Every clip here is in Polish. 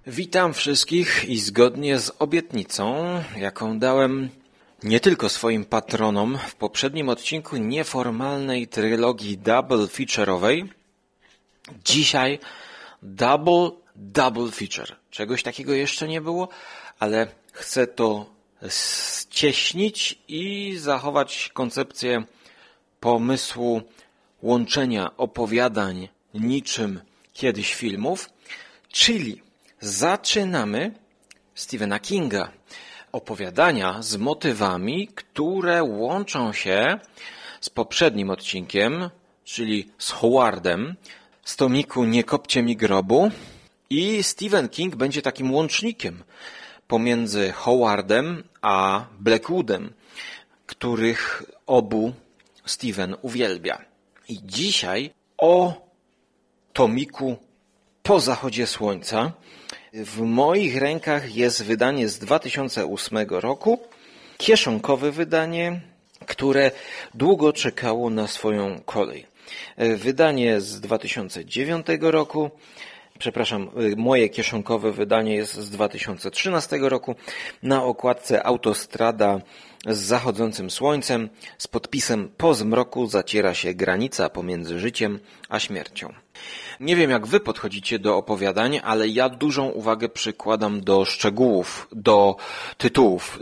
Witam wszystkich i zgodnie z obietnicą, jaką dałem nie tylko swoim patronom w poprzednim odcinku nieformalnej trylogii double feature'owej, dzisiaj double feature. Czegoś takiego jeszcze nie było, ale chcę to ścieśnić i zachować koncepcję pomysłu łączenia opowiadań niczym kiedyś filmów, czyli zaczynamy Stephena Kinga. Opowiadania z motywami, które łączą się z poprzednim odcinkiem, czyli z Howardem, z tomiku Nie kopcie mi grobu. I Stephen King będzie takim łącznikiem pomiędzy Howardem a Blackwoodem, których obu Stephen uwielbia. I dzisiaj o tomiku Po zachodzie słońca. W moich rękach jest wydanie z 2008 roku, kieszonkowe wydanie, które długo czekało na swoją kolej. Wydanie z 2009 roku, moje kieszonkowe wydanie jest z 2013 roku, na okładce autostrada z zachodzącym słońcem, z podpisem Po zmroku zaciera się granica pomiędzy życiem a śmiercią. Nie wiem, jak wy podchodzicie do opowiadań, ale ja dużą uwagę przykładam do szczegółów, do tytułów,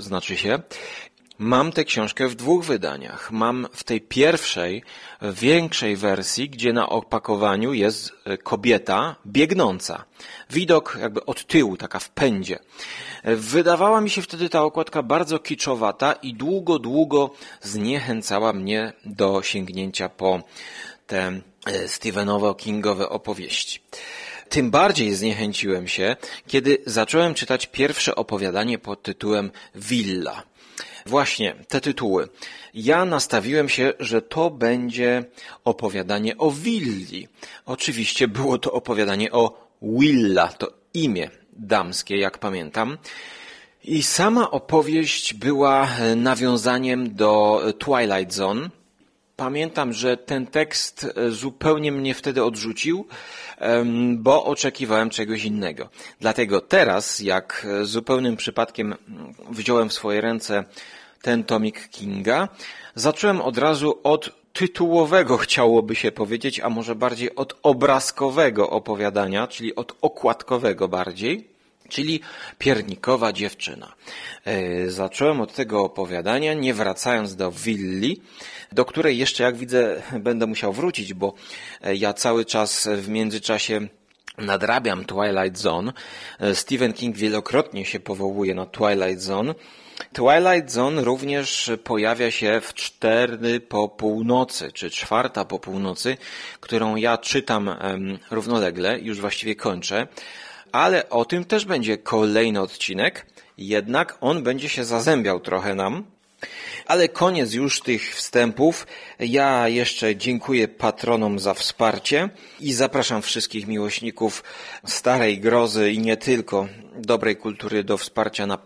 Mam tę książkę w dwóch wydaniach. Mam w tej pierwszej, większej wersji, gdzie na opakowaniu jest kobieta biegnąca. Widok jakby od tyłu, taka w pędzie. Wydawała mi się wtedy ta okładka bardzo kiczowata i długo zniechęcała mnie do sięgnięcia po te Stephenowo-Kingowe opowieści. Tym bardziej zniechęciłem się, kiedy zacząłem czytać pierwsze opowiadanie pod tytułem Willa. Właśnie te tytuły. Ja nastawiłem się, że to będzie opowiadanie o willi. Oczywiście było to opowiadanie o Willa, to imię damskie, jak pamiętam. I sama opowieść była nawiązaniem do Twilight Zone. Pamiętam, że ten tekst zupełnie mnie wtedy odrzucił, bo oczekiwałem czegoś innego. Dlatego teraz, jak zupełnym przypadkiem wziąłem w swoje ręce ten tomik Kinga, zacząłem od razu od tytułowego, chciałoby się powiedzieć, a może bardziej od obrazkowego opowiadania, czyli od okładkowego bardziej, czyli Piernikowa dziewczyna. Zacząłem od tego opowiadania, nie wracając do willi, do której jeszcze, jak widzę, będę musiał wrócić, bo ja cały czas w międzyczasie nadrabiam Twilight Zone. Stephen King wielokrotnie się powołuje na Twilight Zone. Twilight Zone również pojawia się w 4 po północy, czy 4 po północy, którą ja czytam równolegle, już właściwie kończę, ale o tym też będzie kolejny odcinek, jednak on będzie się zazębiał trochę nam. Ale koniec już tych wstępów. Ja jeszcze dziękuję patronom za wsparcie i zapraszam wszystkich miłośników starej grozy i nie tylko dobrej kultury do wsparcia na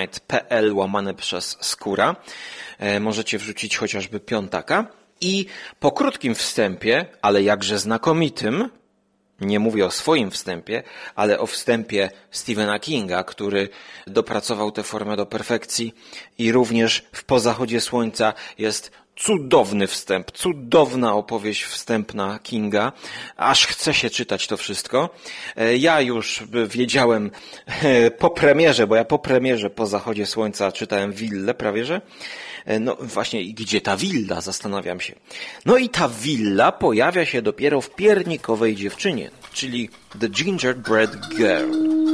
patronite.pl/skóra. Możecie wrzucić chociażby piątaka. I po krótkim wstępie, ale jakże znakomitym, nie mówię o swoim wstępie, ale o wstępie Stephena Kinga, który dopracował tę formę do perfekcji i również w Po zachodzie słońca jest cudowny wstęp, cudowna opowieść wstępna Kinga, aż chce się czytać to wszystko. Ja już wiedziałem po premierze, bo ja po premierze Po zachodzie słońca czytałem Willę prawie że. No właśnie, i gdzie ta willa? Zastanawiam się. No i ta willa pojawia się dopiero w Piernikowej dziewczynie, czyli The Gingerbread Girl.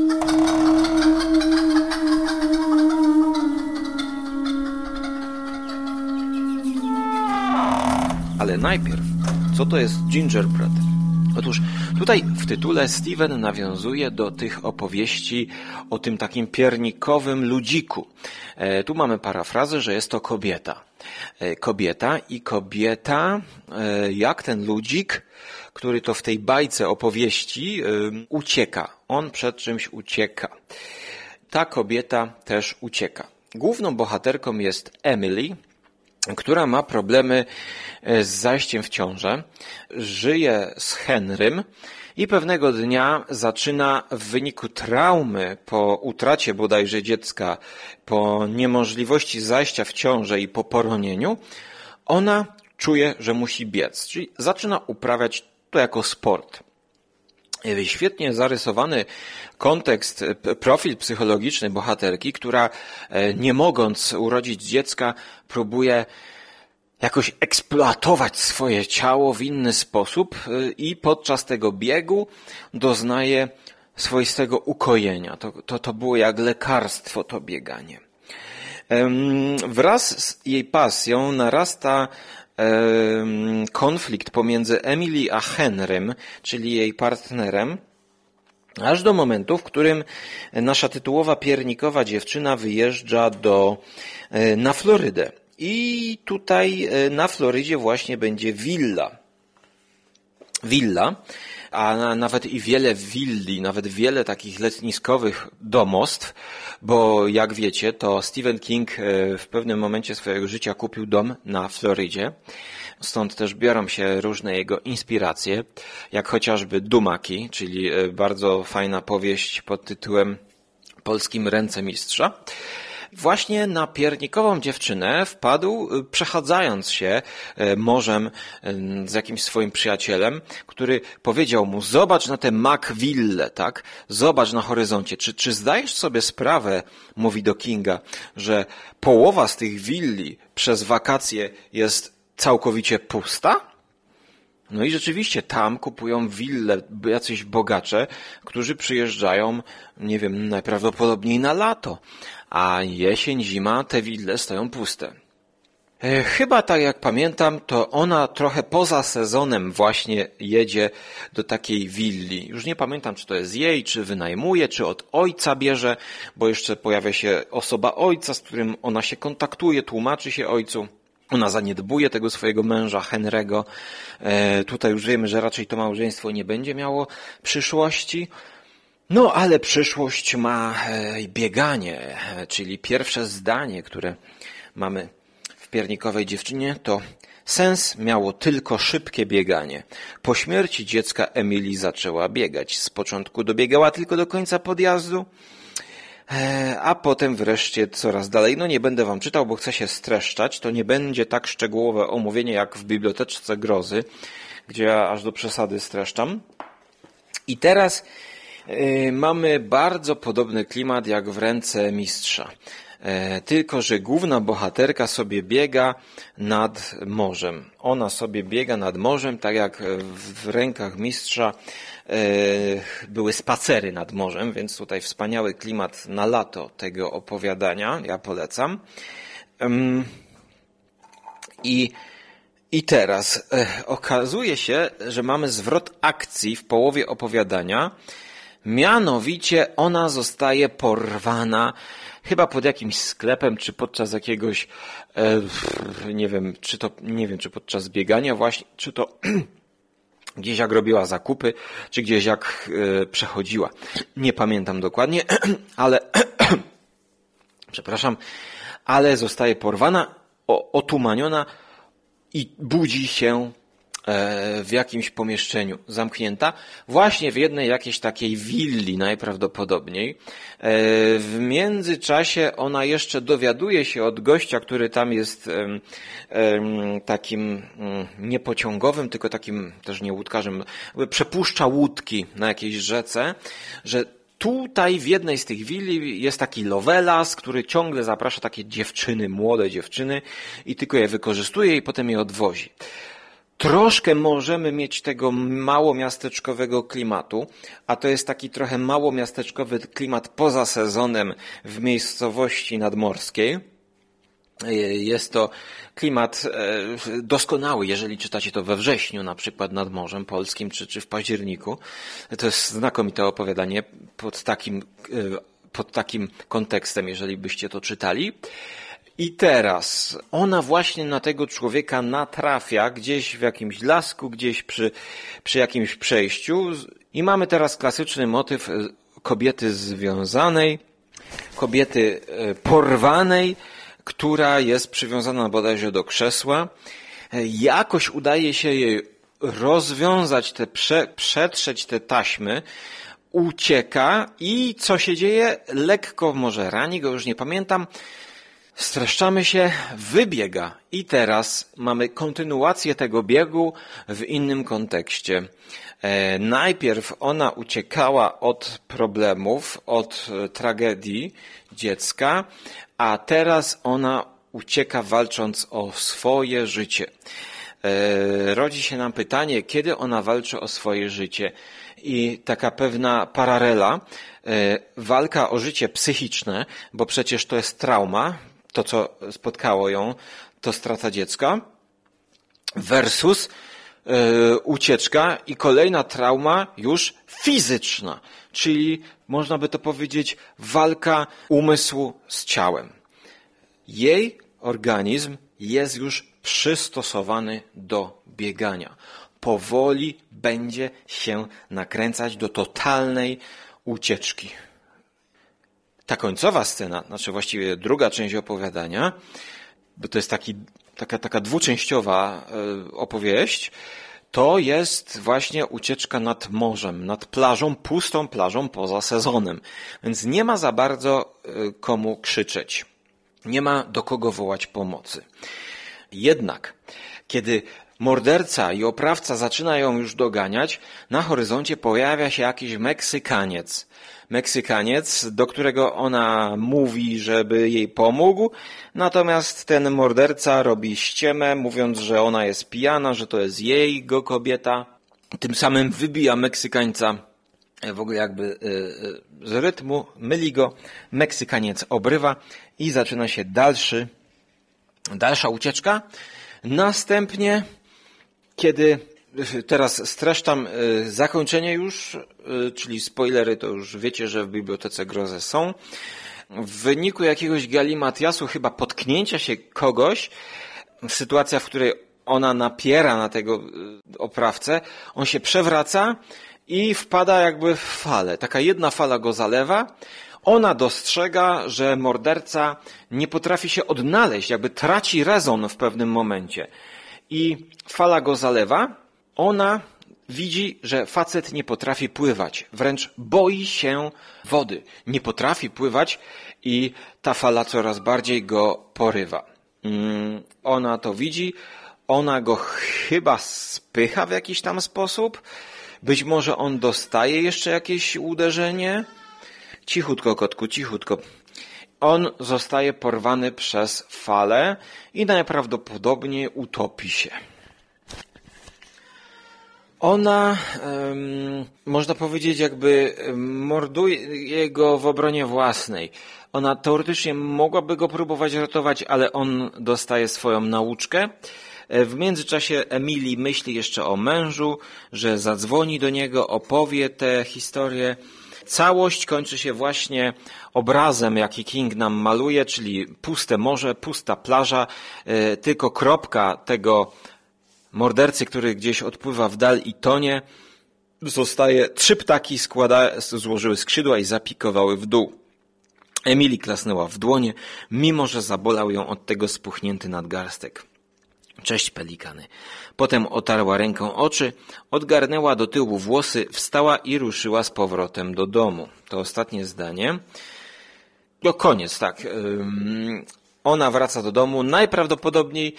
Ale najpierw, co to jest gingerbread? Otóż tutaj w tytule Stephen nawiązuje do tych opowieści o tym takim piernikowym ludziku. Tu mamy parafrazę, że jest to kobieta. Kobieta, jak ten ludzik, który to w tej bajce opowieści ucieka. On przed czymś ucieka. Ta kobieta też ucieka. Główną bohaterką jest Emily, która ma problemy z zajściem w ciążę, żyje z Henrym I pewnego dnia zaczyna w wyniku traumy, po utracie bodajże dziecka, po niemożliwości zajścia w ciążę i po poronieniu, ona czuje, że musi biec, czyli zaczyna uprawiać to jako sport. Świetnie zarysowany kontekst, profil psychologiczny bohaterki, która nie mogąc urodzić dziecka, próbuje jakoś eksploatować swoje ciało w inny sposób i podczas tego biegu doznaje swoistego ukojenia. To było jak lekarstwo, to bieganie. Wraz z jej pasją narasta konflikt pomiędzy Emily a Henrym, czyli jej partnerem, aż do momentu, w którym nasza tytułowa piernikowa dziewczyna wyjeżdża na Florydę. I tutaj na Florydzie właśnie będzie willa, a nawet i wiele willi, nawet wiele takich letniskowych domostw, bo jak wiecie, to Stephen King w pewnym momencie swojego życia kupił dom na Florydzie. Stąd też biorą się różne jego inspiracje, jak chociażby Dumaki, czyli bardzo fajna powieść pod tytułem Polskim Ręce Mistrza. Właśnie na piernikową dziewczynę wpadł, przechadzając się morzem z jakimś swoim przyjacielem, który powiedział mu: zobacz na tę Macville, tak? Zobacz na horyzoncie. Czy zdajesz sobie sprawę, mówi do Kinga, że połowa z tych willi przez wakacje jest całkowicie pusta? No i rzeczywiście tam kupują wille jacyś bogacze, którzy przyjeżdżają, nie wiem, najprawdopodobniej na lato, a jesień, zima te wille stoją puste. Chyba tak jak pamiętam, to ona trochę poza sezonem właśnie jedzie do takiej willi. Już nie pamiętam, czy to jest jej, czy wynajmuje, czy od ojca bierze, bo jeszcze pojawia się osoba ojca, z którym ona się kontaktuje, tłumaczy się ojcu. Ona zaniedbuje tego swojego męża Henry'ego. Tutaj już wiemy, że raczej to małżeństwo nie będzie miało przyszłości. No ale przyszłość ma bieganie, czyli pierwsze zdanie, które mamy w piernikowej dziewczynie, to sens miało tylko szybkie bieganie. Po śmierci dziecka Emily zaczęła biegać. Z początku dobiegała tylko do końca podjazdu, a potem wreszcie coraz dalej. No nie będę wam czytał, bo chcę się streszczać. To nie będzie tak szczegółowe omówienie jak w Biblioteczce Grozy, gdzie ja aż do przesady streszczam. I teraz mamy bardzo podobny klimat jak w Ręce Mistrza. Tylko że główna bohaterka sobie biega nad morzem. Ona sobie biega nad morzem, tak jak w Rękach Mistrza były spacery nad morzem, więc tutaj wspaniały klimat na lato tego opowiadania, ja polecam. I teraz okazuje się, że mamy zwrot akcji w połowie opowiadania, mianowicie ona zostaje porwana chyba pod jakimś sklepem, czy podczas jakiegoś, nie wiem, czy podczas biegania właśnie, czy to gdzieś jak robiła zakupy, czy gdzieś jak przechodziła. Nie pamiętam dokładnie, ale przepraszam, ale zostaje porwana, otumaniona i budzi się w jakimś pomieszczeniu, zamknięta, właśnie w jednej jakiejś takiej willi najprawdopodobniej. W międzyczasie ona jeszcze dowiaduje się od gościa, który tam jest takim niepociągowym, tylko takim też nie łódkarzem, przepuszcza łódki na jakiejś rzece, że tutaj w jednej z tych willi jest taki Lovelas, który ciągle zaprasza takie dziewczyny, młode dziewczyny i tylko je wykorzystuje i potem je odwozi. Troszkę możemy mieć tego małomiasteczkowego klimatu, a to jest taki trochę małomiasteczkowy klimat poza sezonem w miejscowości nadmorskiej. Jest to klimat doskonały, jeżeli czytacie to we wrześniu, na przykład nad Morzem Polskim, czy w październiku. To jest znakomite opowiadanie pod takim kontekstem, jeżeli byście to czytali. I teraz ona właśnie na tego człowieka natrafia gdzieś w jakimś lasku, gdzieś przy jakimś przejściu i mamy teraz klasyczny motyw kobiety związanej, kobiety porwanej, która jest przywiązana bodajże do krzesła. Jakoś udaje się jej rozwiązać przetrzeć te taśmy, ucieka i co się dzieje? Lekko może rani go, już nie pamiętam. Streszczamy się, wybiega i teraz mamy kontynuację tego biegu w innym kontekście. Najpierw ona uciekała od problemów, od tragedii dziecka, a teraz ona ucieka walcząc o swoje życie. Rodzi się nam pytanie, kiedy ona walczy o swoje życie i taka pewna paralela, walka o życie psychiczne, bo przecież to jest trauma, to co spotkało ją, to strata dziecka, versus ucieczka i kolejna trauma już fizyczna, czyli można by to powiedzieć walka umysłu z ciałem. Jej organizm jest już przystosowany do biegania. Powoli będzie się nakręcać do totalnej ucieczki. Ta końcowa scena, znaczy właściwie druga część opowiadania, bo to jest taka dwuczęściowa opowieść, to jest właśnie ucieczka nad morzem, nad plażą, pustą plażą poza sezonem. Więc nie ma za bardzo komu krzyczeć. Nie ma do kogo wołać pomocy. Jednak, kiedy morderca i oprawca zaczyna ją już doganiać, na horyzoncie pojawia się jakiś Meksykaniec, do którego ona mówi, żeby jej pomógł, natomiast ten morderca robi ściemę, mówiąc, że ona jest pijana, że to jest jego kobieta. Tym samym wybija Meksykańca w ogóle jakby z rytmu, myli go, Meksykaniec obrywa i zaczyna się dalsza ucieczka. Następnie, kiedy teraz streszczam zakończenie już, czyli spoilery, to już wiecie, że w Bibliotece Grozy są. W wyniku jakiegoś galimatiasu, chyba potknięcia się kogoś, sytuacja, w której ona napiera na tego oprawcę, on się przewraca i wpada jakby w falę. Taka jedna fala go zalewa. Ona dostrzega, że morderca nie potrafi się odnaleźć, jakby traci rezon w pewnym momencie. I fala go zalewa. Ona widzi, że facet nie potrafi pływać, wręcz boi się wody. Nie potrafi pływać i ta fala coraz bardziej go porywa. Ona to widzi, ona go chyba spycha w jakiś tam sposób. Być może on dostaje jeszcze jakieś uderzenie. Cichutko, kotku, cichutko. On zostaje porwany przez falę i najprawdopodobniej utopi się. Ona, można powiedzieć, jakby morduje go w obronie własnej. Ona teoretycznie mogłaby go próbować ratować, ale on dostaje swoją nauczkę. W międzyczasie Emily myśli jeszcze o mężu, że zadzwoni do niego, opowie tę historię. Całość kończy się właśnie obrazem, jaki King nam maluje, czyli puste morze, pusta plaża, tylko kropka tego mordercy, który gdzieś odpływa w dal i tonie. Zostaje 3 ptaki, złożyły skrzydła i zapikowały w dół. Emily klasnęła w dłonie, mimo że zabolał ją od tego spuchnięty nadgarstek. Cześć, pelikany. Potem otarła ręką oczy, odgarnęła do tyłu włosy, wstała i ruszyła z powrotem do domu. To ostatnie zdanie. No koniec, tak. Ona wraca do domu, najprawdopodobniej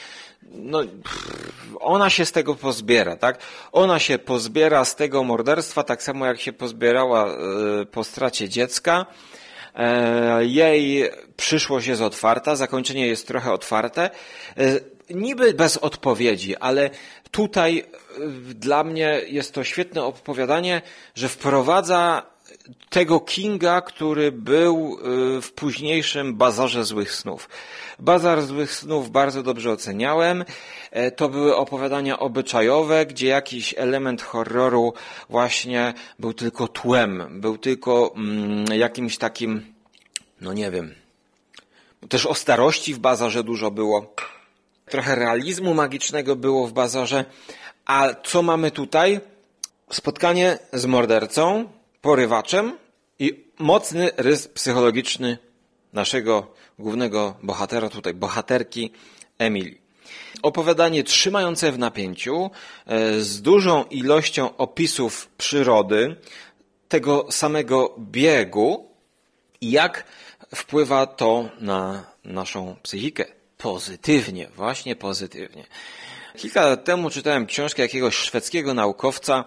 ona się z tego pozbiera, tak? Ona się pozbiera z tego morderstwa, tak samo jak się pozbierała po stracie dziecka. Jej przyszłość jest otwarta, zakończenie jest trochę otwarte. Niby bez odpowiedzi, ale tutaj dla mnie jest to świetne opowiadanie, że wprowadza tego Kinga, który był w późniejszym Bazarze Złych Snów. Bazar Złych Snów bardzo dobrze oceniałem. To były opowiadania obyczajowe, gdzie jakiś element horroru właśnie był tylko tłem, był tylko jakimś takim, no nie wiem, też o starości w Bazarze dużo było. Trochę realizmu magicznego było w Bazarze. A co mamy tutaj? Spotkanie z mordercą, porywaczem i mocny rys psychologiczny naszego głównego bohatera, tutaj bohaterki Emily. Opowiadanie trzymające w napięciu, z dużą ilością opisów przyrody, tego samego biegu i jak wpływa to na naszą psychikę. Pozytywnie, właśnie pozytywnie. Kilka lat temu czytałem książkę jakiegoś szwedzkiego naukowca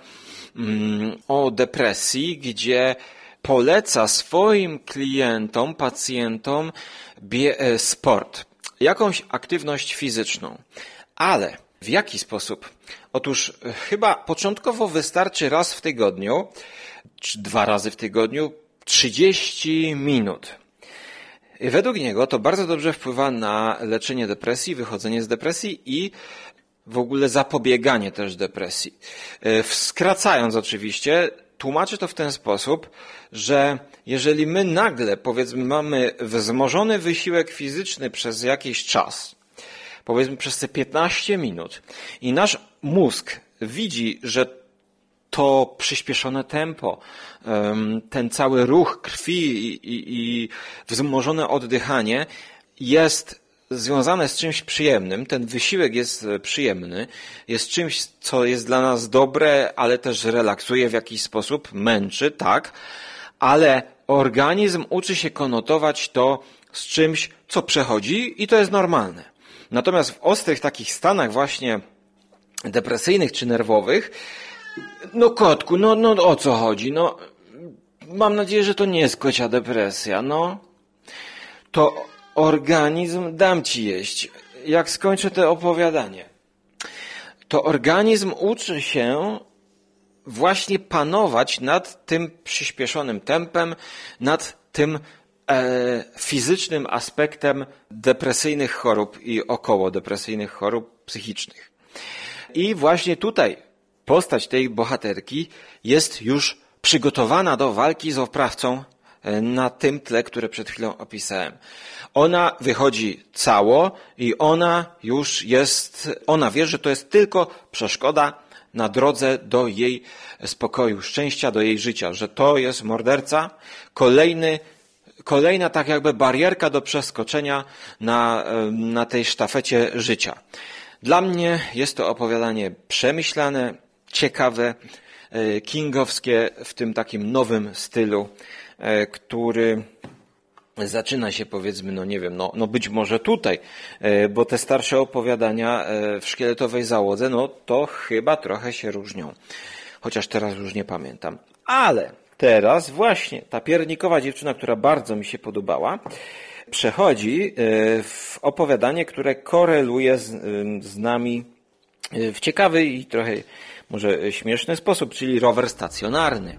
o depresji, gdzie poleca swoim klientom, pacjentom sport, jakąś aktywność fizyczną. Ale w jaki sposób? Otóż chyba początkowo wystarczy raz w tygodniu, czy 2 razy w tygodniu, 30 minut. I według niego to bardzo dobrze wpływa na leczenie depresji, wychodzenie z depresji i w ogóle zapobieganie też depresji. Skracając oczywiście, tłumaczy to w ten sposób, że jeżeli my nagle, powiedzmy, mamy wzmożony wysiłek fizyczny przez jakiś czas, powiedzmy przez te 15 minut i nasz mózg widzi, że to przyspieszone tempo, ten cały ruch krwi i wzmożone oddychanie jest związane z czymś przyjemnym, ten wysiłek jest przyjemny, jest czymś, co jest dla nas dobre, ale też relaksuje w jakiś sposób, męczy, tak, ale organizm uczy się konotować to z czymś, co przechodzi i to jest normalne. Natomiast w ostrych takich stanach właśnie depresyjnych czy nerwowych, no kotku, no o co chodzi? No, mam nadzieję, że to nie jest kocia depresja, no. To organizm, dam ci jeść, jak skończę to opowiadanie. To organizm uczy się właśnie panować nad tym przyspieszonym tempem, nad tym fizycznym aspektem depresyjnych chorób i okołodepresyjnych chorób psychicznych. I właśnie tutaj postać tej bohaterki jest już przygotowana do walki z oprawcą na tym tle, które przed chwilą opisałem. Ona wychodzi cało i ona wie, że to jest tylko przeszkoda na drodze do jej spokoju, szczęścia, do jej życia, że to jest morderca, kolejna tak jakby barierka do przeskoczenia na tej sztafecie życia. Dla mnie jest to opowiadanie przemyślane, ciekawe, kingowskie w tym takim nowym stylu, który zaczyna się, powiedzmy, no nie wiem, no być może tutaj, bo te starsze opowiadania w Szkieletowej Załodze, no to chyba trochę się różnią. Chociaż teraz już nie pamiętam. Ale teraz właśnie ta piernikowa dziewczyna, która bardzo mi się podobała, przechodzi w opowiadanie, które koreluje z nami w ciekawy i trochę może śmieszny sposób, czyli rower stacjonarny.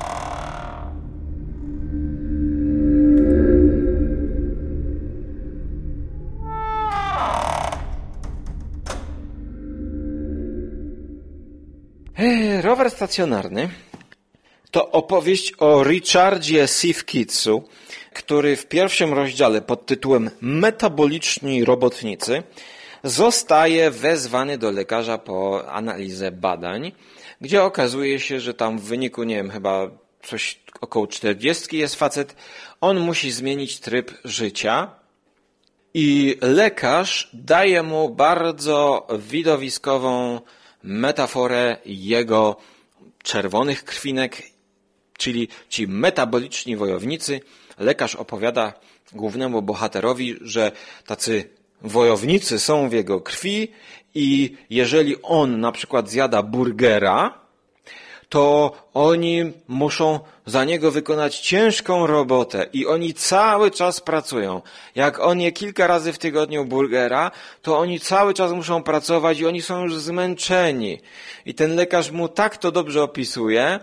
Rower stacjonarny to opowieść o Richardzie Sivkitsu, który w pierwszym rozdziale pod tytułem Metaboliczni robotnicy zostaje wezwany do lekarza po analizę badań, gdzie okazuje się, że tam w wyniku, nie wiem, chyba coś około 40 jest facet, on musi zmienić tryb życia i lekarz daje mu bardzo widowiskową metaforę jego czerwonych krwinek, czyli ci metaboliczni wojownicy. Lekarz opowiada głównemu bohaterowi, że tacy wojownicy są w jego krwi i jeżeli on na przykład zjada burgera, to oni muszą za niego wykonać ciężką robotę i oni cały czas pracują. Jak on je kilka razy w tygodniu burgera, to oni cały czas muszą pracować i oni są już zmęczeni. I ten lekarz mu tak to dobrze opisuje,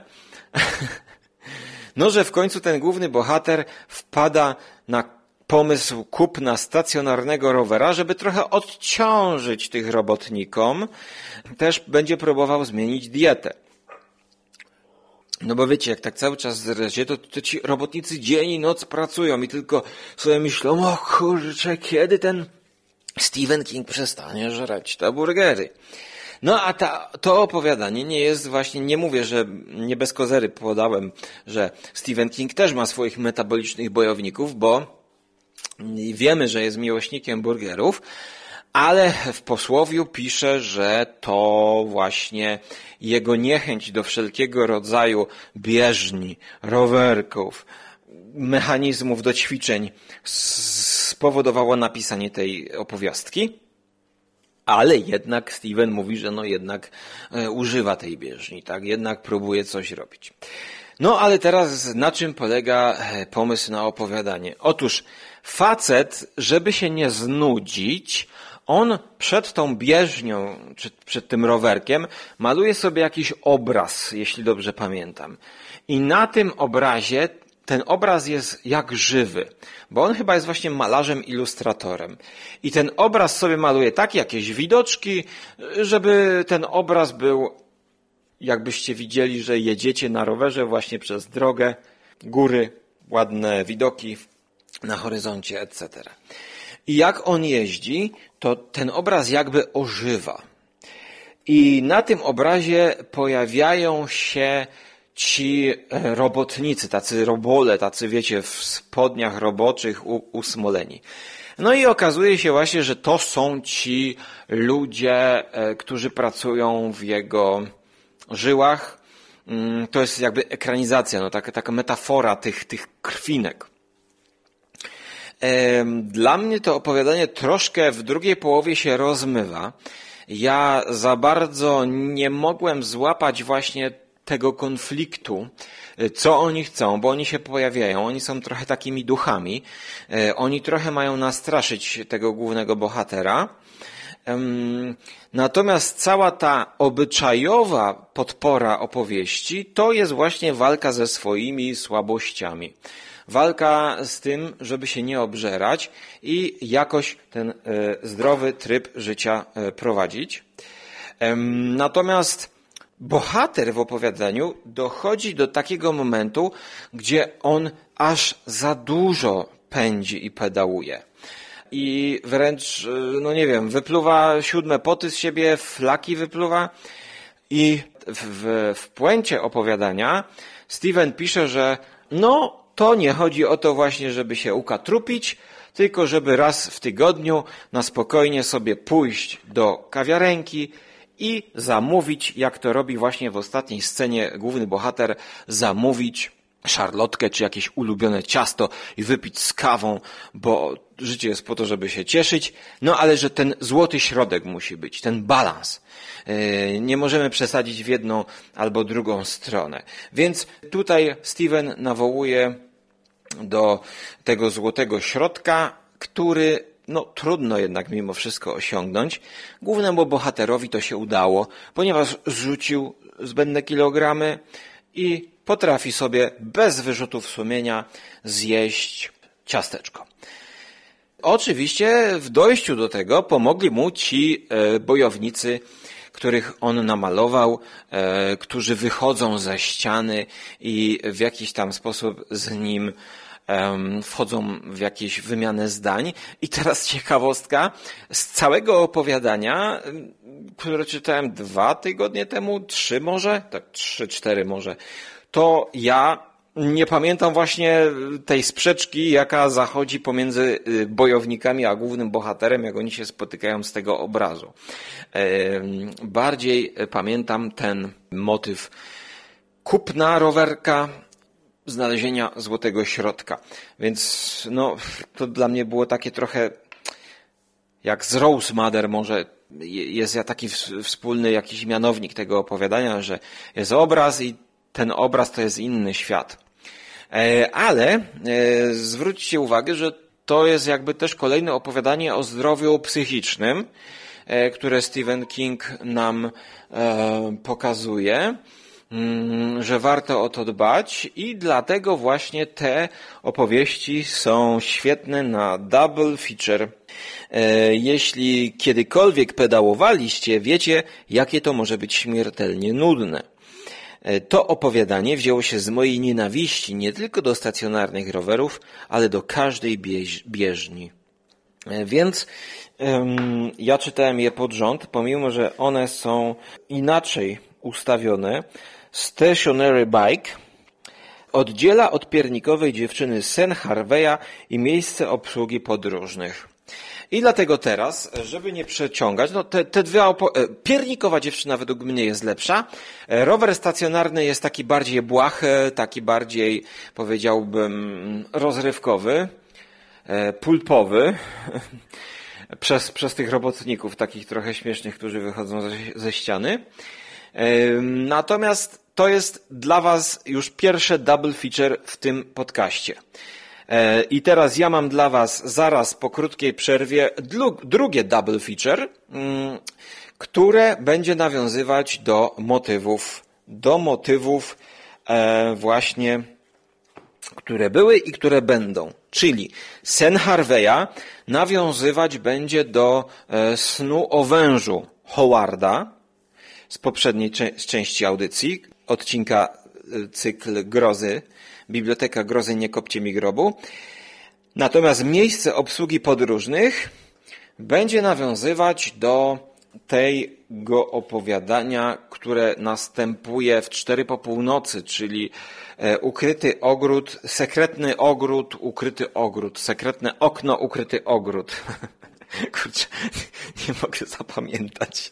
no że w końcu ten główny bohater wpada na pomysł kupna stacjonarnego rowera, żeby trochę odciążyć tych robotnikom. Też będzie próbował zmienić dietę. No bo wiecie, jak tak cały czas zrezie, to ci robotnicy dzień i noc pracują i tylko sobie myślą, o kurczę, kiedy ten Stephen King przestanie żreć te burgery. No a to opowiadanie nie jest właśnie, nie mówię, że nie bez kozery podałem, że Stephen King też ma swoich metabolicznych bojowników, bo wiemy, że jest miłośnikiem burgerów, Ale w posłowiu pisze, że to właśnie jego niechęć do wszelkiego rodzaju bieżni, rowerków, mechanizmów do ćwiczeń spowodowało napisanie tej opowiastki. Ale jednak Steven mówi, że jednak używa tej bieżni, tak? Jednak próbuje coś robić. No ale teraz na czym polega pomysł na opowiadanie? Otóż facet, żeby się nie znudzić, on przed tą bieżnią, czy przed tym rowerkiem maluje sobie jakiś obraz, jeśli dobrze pamiętam. I na tym obrazie ten obraz jest jak żywy, bo on chyba jest właśnie malarzem, ilustratorem. I ten obraz sobie maluje takie jakieś widoczki, żeby ten obraz był, jakbyście widzieli, że jedziecie na rowerze właśnie przez drogę, góry, ładne widoki na horyzoncie, etc. I jak on jeździ, to ten obraz jakby ożywa. I na tym obrazie pojawiają się ci robotnicy, tacy robole, tacy wiecie, w spodniach roboczych usmoleni. No i okazuje się właśnie, że to są ci ludzie, którzy pracują w jego żyłach. To jest jakby ekranizacja, taka metafora tych krwinek. Dla mnie to opowiadanie troszkę w drugiej połowie się rozmywa. Ja za bardzo nie mogłem złapać właśnie tego konfliktu, co oni chcą, bo oni się pojawiają, oni są trochę takimi duchami, oni trochę mają nastraszyć tego głównego bohatera. Natomiast cała ta obyczajowa podpora opowieści to jest właśnie walka ze swoimi słabościami. Walka z tym, żeby się nie obżerać i jakoś ten zdrowy tryb życia prowadzić. Natomiast bohater w opowiadaniu dochodzi do takiego momentu, gdzie on aż za dużo pędzi i pedałuje. I wręcz, wypluwa 7 poty z siebie, flaki wypluwa. I w puencie opowiadania Steven pisze, że to nie chodzi o to właśnie, żeby się ukatrupić, tylko żeby raz w tygodniu na spokojnie sobie pójść do kawiarenki i zamówić, jak to robi właśnie w ostatniej scenie główny bohater, zamówić szarlotkę czy jakieś ulubione ciasto i wypić z kawą, bo życie jest po to, żeby się cieszyć, ale że ten złoty środek musi być, ten balans. Nie możemy przesadzić w jedną albo drugą stronę. Więc tutaj Steven nawołuje do tego złotego środka, który trudno jednak mimo wszystko osiągnąć. Głównemu bohaterowi to się udało, ponieważ zrzucił zbędne kilogramy i potrafi sobie bez wyrzutów sumienia zjeść ciasteczko. Oczywiście w dojściu do tego pomogli mu ci bojownicy, których on namalował, którzy wychodzą ze ściany i w jakiś tam sposób z nim wchodzą w jakieś wymianę zdań. I teraz ciekawostka, z całego opowiadania, które czytałem 2 tygodnie temu, 3 może, tak 3-4 może, to ja nie pamiętam właśnie tej sprzeczki, jaka zachodzi pomiędzy bojownikami a głównym bohaterem, jak oni się spotykają z tego obrazu. Bardziej pamiętam ten motyw kupna rowerka, znalezienia złotego środka. Więc to dla mnie było takie trochę jak z Rose Mother może jest taki wspólny jakiś mianownik tego opowiadania, że jest obraz i ten obraz to jest inny świat. Ale zwróćcie uwagę, że to jest jakby też kolejne opowiadanie o zdrowiu psychicznym, które Stephen King nam pokazuje, że warto o to dbać i dlatego właśnie te opowieści są świetne na double feature. Jeśli kiedykolwiek pedałowaliście, wiecie, jakie to może być śmiertelnie nudne. To opowiadanie wzięło się z mojej nienawiści nie tylko do stacjonarnych rowerów, ale do każdej bieżni. Więc ja czytałem je pod rząd, pomimo że one są inaczej ustawione. Stationary Bike oddziela od piernikowej dziewczyny sen Harveya i miejsce obsługi podróżnych. I dlatego teraz, żeby nie przeciągać, no te dwie piernikowa dziewczyna według mnie jest lepsza. Rower stacjonarny jest taki bardziej błahy, taki bardziej, powiedziałbym, rozrywkowy, pulpowy. Przez tych robotników, takich trochę śmiesznych, którzy wychodzą ze ściany. Natomiast to jest dla Was już pierwsze double feature w tym podcaście. I teraz ja mam dla Was zaraz po krótkiej przerwie drugie double feature, które będzie nawiązywać do motywów właśnie, które były i które będą. Czyli sen Harveya nawiązywać będzie do snu o wężu Howarda z poprzedniej części audycji, odcinka cykl Grozy, Biblioteka Grozy, nie kopcie mi grobu. Natomiast miejsce obsługi podróżnych będzie nawiązywać do tego opowiadania, które następuje w 4 po północy, czyli ukryty ogród, sekretny ogród, ukryty ogród, sekretne okno, ukryty ogród. Kurczę, nie mogę zapamiętać.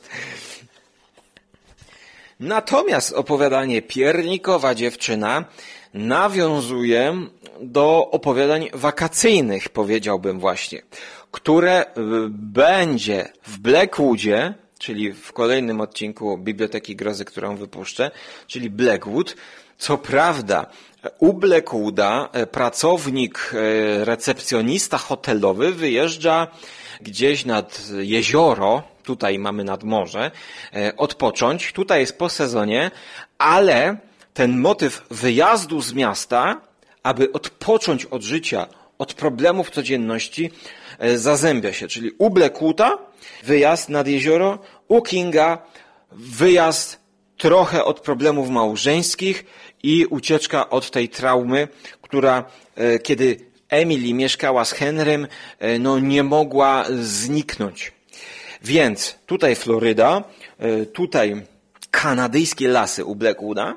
Natomiast opowiadanie Piernikowa dziewczyna nawiązuje do opowiadań wakacyjnych, powiedziałbym właśnie, które będzie w Blackwoodzie, czyli w kolejnym odcinku Biblioteki Grozy, którą wypuszczę, czyli Blackwood. Co prawda u Blackwooda pracownik, recepcjonista hotelowy wyjeżdża gdzieś nad jezioro, tutaj mamy nad morze, odpocząć. Tutaj jest po sezonie, ale ten motyw wyjazdu z miasta, aby odpocząć od życia, od problemów codzienności, zazębia się. Czyli u Blackwooda wyjazd nad jezioro, u Kinga wyjazd trochę od problemów małżeńskich i ucieczka od tej traumy, która kiedy Emily mieszkała z Henrym, no nie mogła zniknąć. Więc tutaj Floryda, tutaj kanadyjskie lasy u Blackwooda.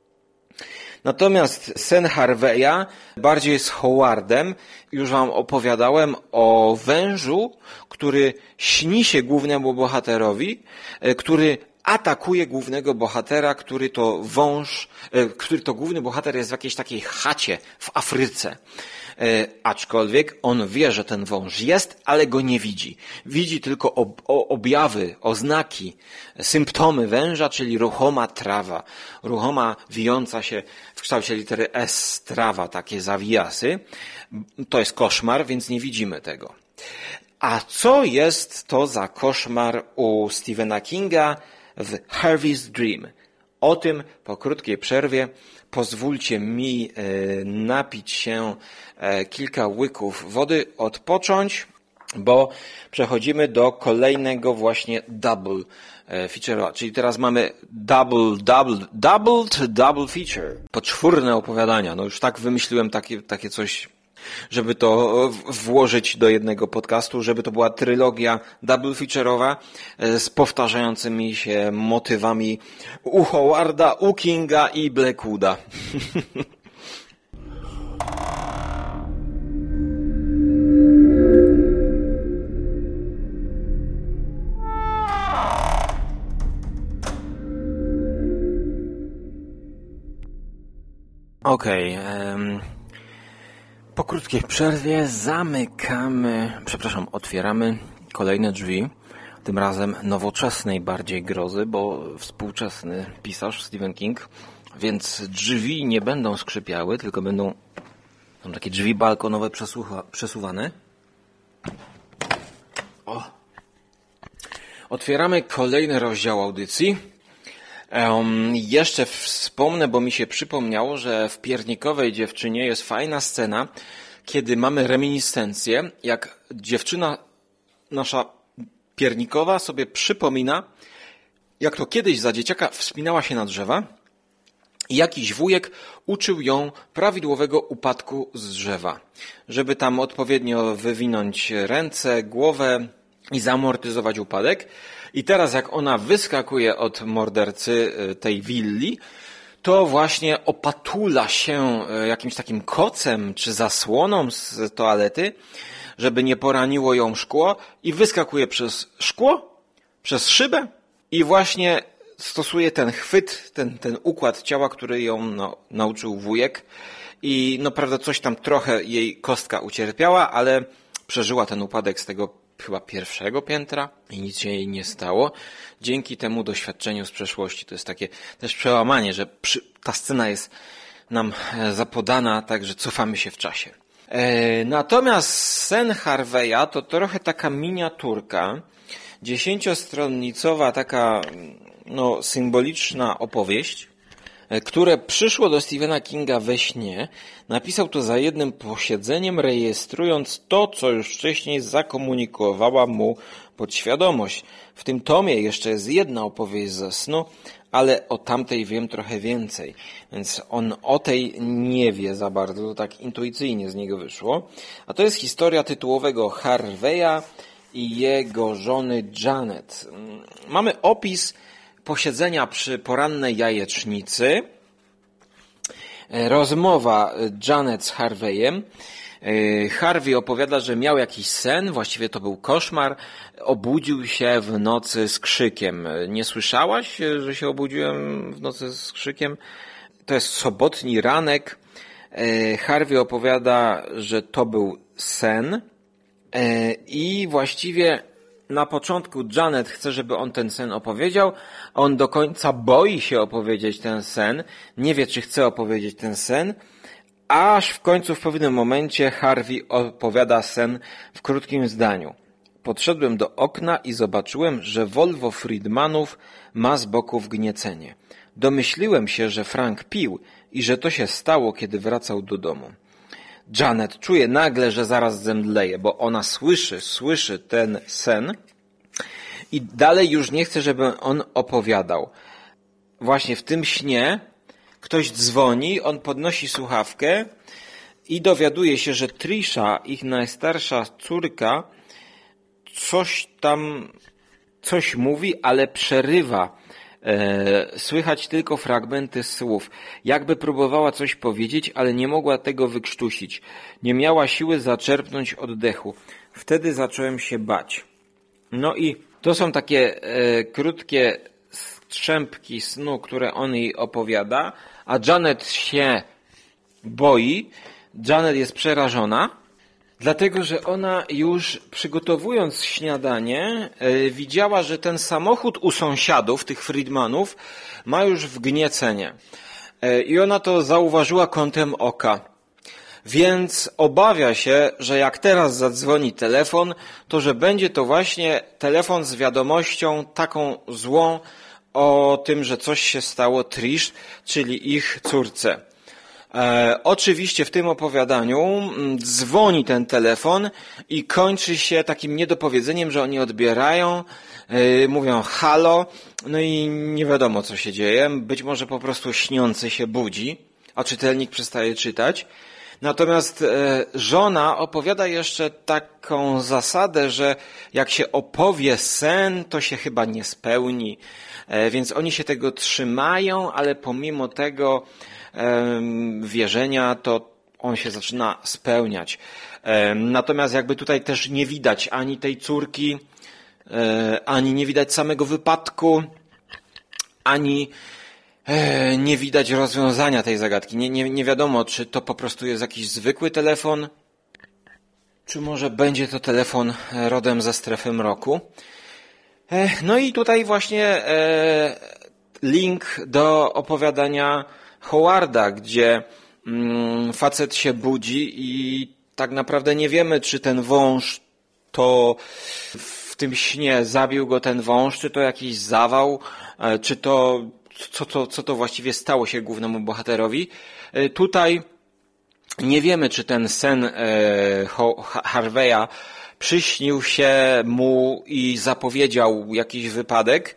Natomiast sen Harveya bardziej z Howardem. Już Wam opowiadałem o wężu, który śni się głównemu bohaterowi, który atakuje głównego bohatera, który to główny bohater jest w jakiejś takiej chacie w Afryce. Aczkolwiek on wie, że ten wąż jest, ale go nie widzi. Widzi tylko objawy, oznaki, symptomy węża, czyli ruchoma trawa. Ruchoma, wijąca się w kształcie litery S trawa, takie zawijasy. To jest koszmar, więc nie widzimy tego. A co jest to za koszmar u Stephena Kinga w Harvey's Dream? O tym po krótkiej przerwie. Pozwólcie mi napić się kilka łyków wody, odpocząć, bo przechodzimy do kolejnego właśnie double feature'a. Czyli teraz mamy double feature. Poczwórne opowiadania. No już tak wymyśliłem takie coś, żeby to włożyć do jednego podcastu, żeby to była trylogia double feature'owa z powtarzającymi się motywami u Howarda, u Kinga i Blackwooda. Po krótkiej przerwie otwieramy kolejne drzwi, tym razem nowoczesnej bardziej grozy, bo współczesny pisarz Stephen King, więc drzwi nie będą skrzypiały, tylko są takie drzwi balkonowe przesuwane. Otwieramy kolejny rozdział audycji. Jeszcze wspomnę, bo mi się przypomniało, że w Piernikowej dziewczynie jest fajna scena, kiedy mamy reminiscencję, jak dziewczyna nasza Piernikowa sobie przypomina, jak to kiedyś za dzieciaka wspinała się na drzewa i jakiś wujek uczył ją prawidłowego upadku z drzewa, żeby tam odpowiednio wywinąć ręce, głowę i zamortyzować upadek. I teraz jak ona wyskakuje od mordercy tej willi, to właśnie opatula się jakimś takim kocem czy zasłoną z toalety, żeby nie poraniło ją szkło i wyskakuje przez szkło, przez szybę i właśnie stosuje ten chwyt, ten układ ciała, który ją nauczył wujek i prawda, coś tam trochę jej kostka ucierpiała, ale przeżyła ten upadek z tego chyba pierwszego piętra i nic się jej nie stało. Dzięki temu doświadczeniu z przeszłości. To jest takie też przełamanie, że ta scena jest nam zapodana, także cofamy się w czasie. Natomiast sen Harveya to trochę taka miniaturka, 10-stronnicowa taka symboliczna opowieść, które przyszło do Stephena Kinga we śnie. Napisał to za jednym posiedzeniem, rejestrując to, co już wcześniej zakomunikowała mu podświadomość. W tym tomie jeszcze jest jedna opowieść ze snu, ale o tamtej wiem trochę więcej. Więc on o tej nie wie za bardzo, to tak intuicyjnie z niego wyszło. A to jest historia tytułowego Harveya i jego żony Janet. Mamy opis posiedzenia przy porannej jajecznicy, rozmowa Janet z Harveyem. Harvey opowiada, że miał jakiś sen, właściwie to był koszmar, obudził się w nocy z krzykiem. Nie słyszałaś, że się obudziłem w nocy z krzykiem? To jest sobotni ranek. Harvey opowiada, że to był sen i właściwie na początku Janet chce, żeby on ten sen opowiedział, a on do końca boi się opowiedzieć ten sen, nie wie, czy chce opowiedzieć ten sen, aż w końcu w pewnym momencie Harvey opowiada sen w krótkim zdaniu. Podszedłem do okna i zobaczyłem, że Volvo Friedmanów ma z boku wgniecenie. Domyśliłem się, że Frank pił i że to się stało, kiedy wracał do domu. Janet czuje nagle, że zaraz zemdleje, bo ona słyszy ten sen i dalej już nie chce, żeby on opowiadał. Właśnie w tym śnie ktoś dzwoni, on podnosi słuchawkę i dowiaduje się, że Trisha, ich najstarsza córka, coś mówi, ale przerywa. Słychać tylko fragmenty słów. Jakby próbowała coś powiedzieć, ale nie mogła tego wykrztusić. Nie miała siły zaczerpnąć oddechu. Wtedy zacząłem się bać. No i to są takie krótkie strzępki snu, które on jej opowiada, a Janet się boi. Janet jest przerażona, dlatego że ona już przygotowując śniadanie widziała, że ten samochód u sąsiadów, tych Friedmanów, ma już wgniecenie. I ona to zauważyła kątem oka. Więc obawia się, że jak teraz zadzwoni telefon, to że będzie to właśnie telefon z wiadomością taką złą o tym, że coś się stało Trish, czyli ich córce. Oczywiście w tym opowiadaniu dzwoni ten telefon i kończy się takim niedopowiedzeniem, że oni odbierają, mówią halo, no i nie wiadomo co się dzieje, być może po prostu śniący się budzi, a czytelnik przestaje czytać. Natomiast żona opowiada jeszcze taką zasadę, że jak się opowie sen, to się chyba nie spełni, więc oni się tego trzymają, ale pomimo tego wierzenia, to on się zaczyna spełniać. Natomiast jakby tutaj też nie widać ani tej córki, ani nie widać samego wypadku, ani nie widać rozwiązania tej zagadki. Nie wiadomo, czy to po prostu jest jakiś zwykły telefon, czy może będzie to telefon rodem ze strefy mroku. No i tutaj właśnie link do opowiadania Howarda, gdzie facet się budzi i tak naprawdę nie wiemy, czy ten wąż to w tym śnie zabił go ten wąż, czy to jakiś zawał, czy to co to właściwie stało się głównemu bohaterowi. Tutaj nie wiemy, czy ten sen Harveya przyśnił się mu i zapowiedział jakiś wypadek.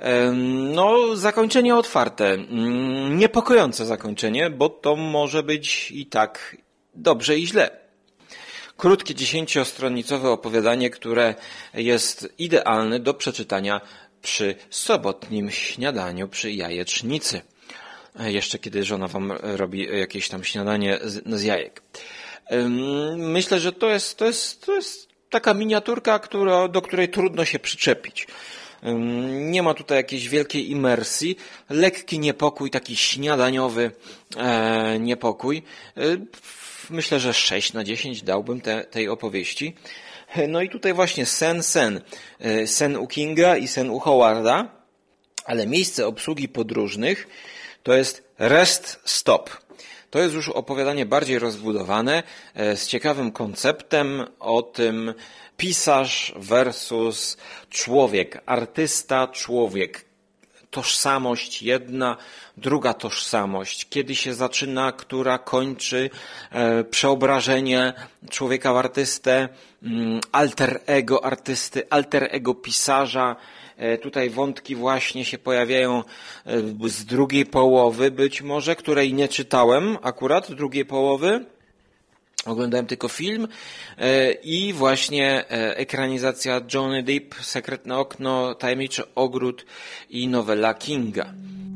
No, zakończenie otwarte. Niepokojące zakończenie, bo to może być i tak dobrze i źle. Krótkie 10-stronicowe opowiadanie, które jest idealne do przeczytania przy sobotnim śniadaniu, przy jajecznicy. Jeszcze kiedy żona wam robi jakieś tam śniadanie z jajek. Myślę, że to jest taka miniaturka, do której trudno się przyczepić. Nie ma tutaj jakiejś wielkiej imersji, lekki niepokój, taki śniadaniowy niepokój. Myślę, że 6/10 dałbym tej opowieści. No i tutaj właśnie sen u Kinga i sen u Howarda, ale miejsce obsługi podróżnych to jest rest stop. To jest już opowiadanie bardziej rozbudowane, z ciekawym konceptem o tym pisarz versus człowiek, artysta, człowiek. Tożsamość jedna, druga tożsamość. Kiedy się zaczyna, która kończy, przeobrażenie człowieka w artystę, alter ego artysty, alter ego pisarza. Tutaj wątki właśnie się pojawiają z drugiej połowy, być może, której nie czytałem akurat, drugiej połowy. Oglądałem tylko film i właśnie ekranizacja Johnny Depp, Sekretne okno, Tajemniczy ogród i nowela Kinga.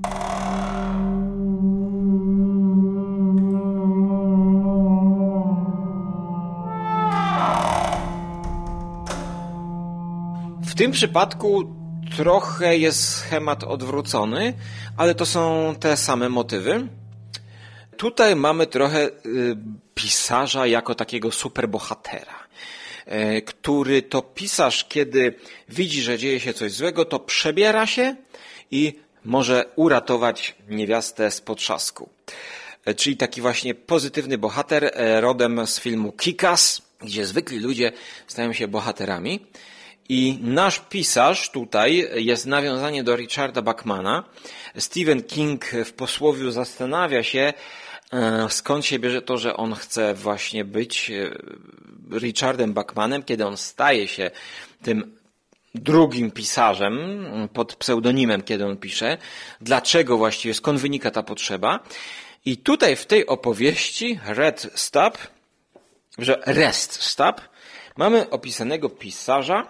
W tym przypadku trochę jest schemat odwrócony, ale to są te same motywy. Tutaj mamy trochę pisarza jako takiego superbohatera, który to pisarz, kiedy widzi, że dzieje się coś złego, to przebiera się i może uratować niewiastę z potrzasku. Czyli taki właśnie pozytywny bohater rodem z filmu Kick-Ass, gdzie zwykli ludzie stają się bohaterami. I nasz pisarz tutaj jest nawiązanie do Richarda Bachmana. Stephen King w posłowiu zastanawia się, skąd się bierze to, że on chce właśnie być Richardem Bachmanem, kiedy on staje się tym drugim pisarzem pod pseudonimem, kiedy on pisze. Dlaczego właściwie, skąd wynika ta potrzeba? I tutaj w tej opowieści Rest Stop mamy opisanego pisarza,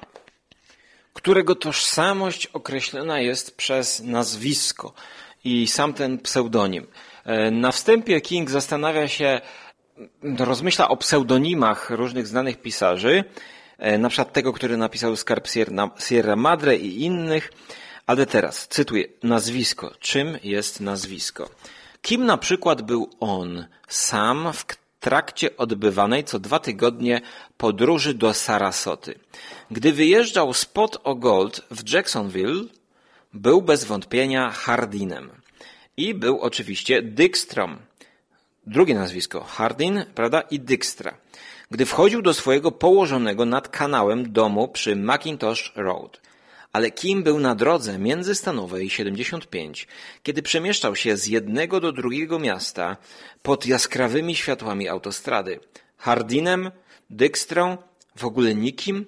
którego tożsamość określona jest przez nazwisko i sam ten pseudonim. Na wstępie King zastanawia się, rozmyśla o pseudonimach różnych znanych pisarzy, na przykład tego, który napisał Skarb Sierra Madre i innych, ale teraz cytuję nazwisko. Czym jest nazwisko? Kim na przykład był on sam w trakcie odbywanej co 2 tygodnie podróży do Sarasoty. Gdy wyjeżdżał z Pot o Gold w Jacksonville, był bez wątpienia Hardinem. I był oczywiście Dyckstrom. Drugie nazwisko, Hardin, prawda, i Dykstra. Gdy wchodził do swojego położonego nad kanałem domu przy Macintosh Road. Ale kim był na drodze międzystanowej 75, kiedy przemieszczał się z jednego do drugiego miasta pod jaskrawymi światłami autostrady? Hardinem? Dykstrą? W ogóle nikim?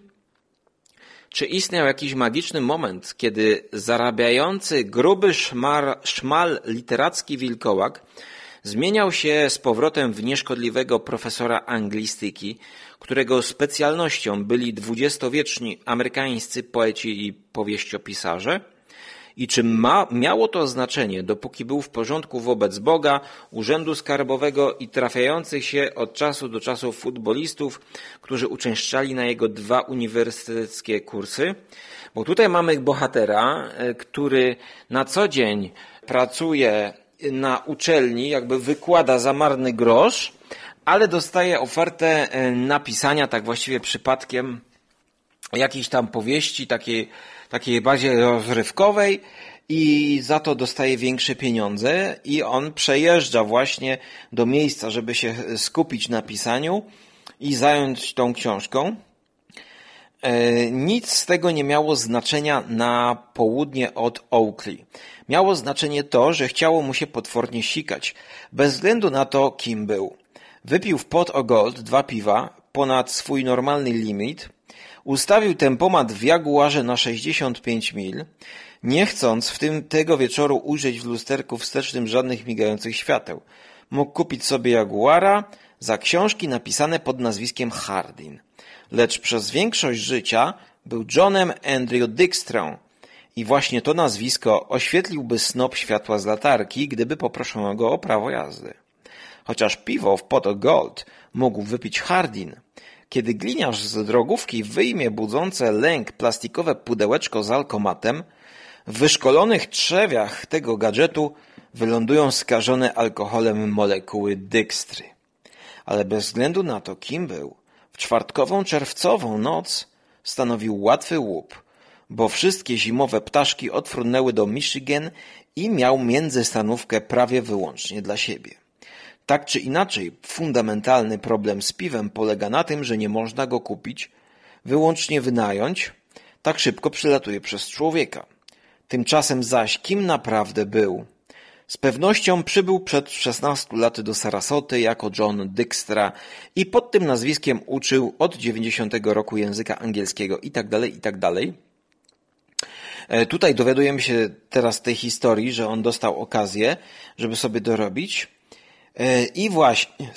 Czy istniał jakiś magiczny moment, kiedy zarabiający gruby szmal literacki wilkołak zmieniał się z powrotem w nieszkodliwego profesora anglistyki, którego specjalnością byli dwudziestowieczni amerykańscy poeci i powieściopisarze? I czy miało to znaczenie, dopóki był w porządku wobec Boga, urzędu skarbowego i trafiających się od czasu do czasu futbolistów, którzy uczęszczali na jego 2 uniwersyteckie kursy? Bo tutaj mamy bohatera, który na co dzień pracuje na uczelni, jakby wykłada za marny grosz, ale dostaje ofertę napisania, tak właściwie przypadkiem, jakiejś tam powieści, takiej bardziej rozrywkowej i za to dostaje większe pieniądze i on przejeżdża właśnie do miejsca, żeby się skupić na pisaniu i zająć tą książką. Nic z tego nie miało znaczenia na południe od Oakley. Miało znaczenie to, że chciało mu się potwornie sikać, bez względu na to, kim był. Wypił w Pot o Gold 2 piwa ponad swój normalny limit, ustawił tempomat w Jaguarze na 65 mil, nie chcąc tego wieczoru ujrzeć w lusterku wstecznym żadnych migających świateł. Mógł kupić sobie Jaguara za książki napisane pod nazwiskiem Hardin. Lecz przez większość życia był Johnem Andrew Dyckstrą i właśnie to nazwisko oświetliłby snop światła z latarki, gdyby poproszono go o prawo jazdy. Chociaż piwo w Pot o Gold mógł wypić Hardin. Kiedy gliniarz z drogówki wyjmie budzące lęk plastikowe pudełeczko z alkomatem, w wyszkolonych trzewiach tego gadżetu wylądują skażone alkoholem molekuły dykstry. Ale bez względu na to, kim był, w czwartkową czerwcową noc stanowił łatwy łup, bo wszystkie zimowe ptaszki odfrunęły do Michigan i miał międzystanówkę prawie wyłącznie dla siebie. Tak czy inaczej, fundamentalny problem z piwem polega na tym, że nie można go kupić, wyłącznie wynająć, tak szybko przylatuje przez człowieka. Tymczasem zaś kim naprawdę był? Z pewnością przybył przed 16 laty do Sarasoty jako John Dykstra i pod tym nazwiskiem uczył od 90 roku języka angielskiego itd. Tutaj dowiadujemy się teraz tej historii, że on dostał okazję, żeby sobie dorobić i właśnie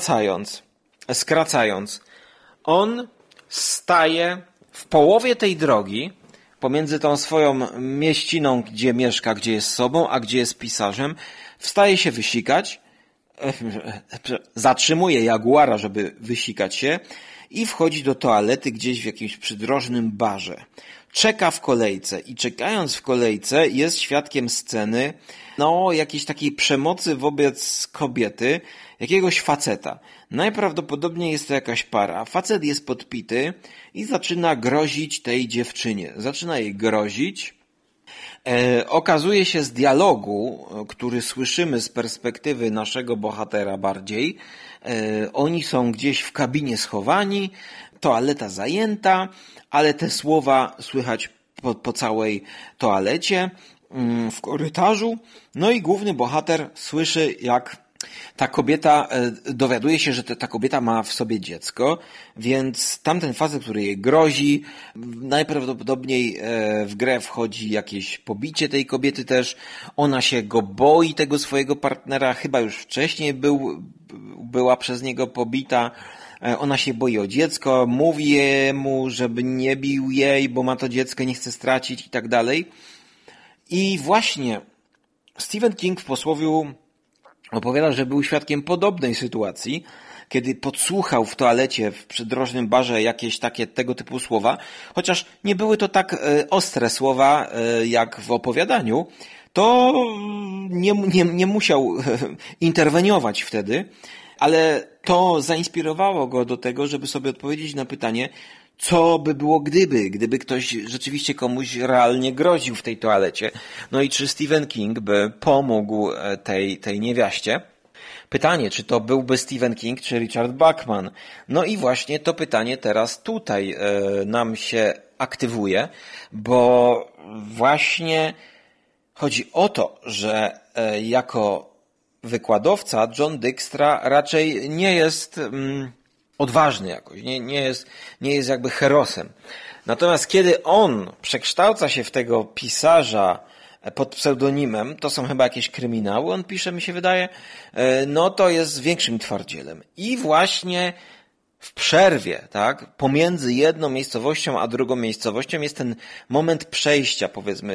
skracając, on staje w połowie tej drogi pomiędzy tą swoją mieściną, gdzie mieszka, gdzie jest sobą, a gdzie jest pisarzem, wstaje się wysikać, zatrzymuje jaguara, żeby wysikać się i wchodzi do toalety gdzieś w jakimś przydrożnym barze. Czeka w kolejce i czekając w kolejce jest świadkiem sceny, jakiejś takiej przemocy wobec kobiety, jakiegoś faceta. Najprawdopodobniej jest to jakaś para. Facet jest podpity i zaczyna grozić tej dziewczynie. Zaczyna jej grozić. Okazuje się z dialogu, który słyszymy z perspektywy naszego bohatera bardziej, oni są gdzieś w kabinie schowani, toaleta zajęta, ale te słowa słychać po całej toalecie, w korytarzu. No i główny bohater słyszy, jak ta kobieta, dowiaduje się, że ta kobieta ma w sobie dziecko, więc tamten facet, który jej grozi, najprawdopodobniej w grę wchodzi jakieś pobicie tej kobiety też. Ona się go boi, tego swojego partnera, chyba już wcześniej była przez niego pobita. Ona się boi o dziecko, mówi mu, żeby nie bił jej, bo ma to dziecko, nie chce stracić i tak dalej. I właśnie Stephen King w posłowiu opowiada, że był świadkiem podobnej sytuacji, kiedy podsłuchał w toalecie w przydrożnym barze jakieś takie tego typu słowa, chociaż nie były to tak ostre słowa jak w opowiadaniu, to nie musiał interweniować wtedy, ale to zainspirowało go do tego, żeby sobie odpowiedzieć na pytanie, co by było gdyby ktoś rzeczywiście komuś realnie groził w tej toalecie. No i czy Stephen King by pomógł tej niewiaście? Pytanie, czy to byłby Stephen King, czy Richard Bachman? No i właśnie to pytanie teraz tutaj nam się aktywuje, bo właśnie chodzi o to, że jako wykładowca John Dykstra raczej nie jest odważny jakoś, nie jest jakby herosem. Natomiast kiedy on przekształca się w tego pisarza pod pseudonimem, to są chyba jakieś kryminały, on pisze, mi się wydaje, no to jest większym twardzielem. I właśnie w przerwie, tak, pomiędzy jedną miejscowością a drugą miejscowością jest ten moment przejścia, powiedzmy,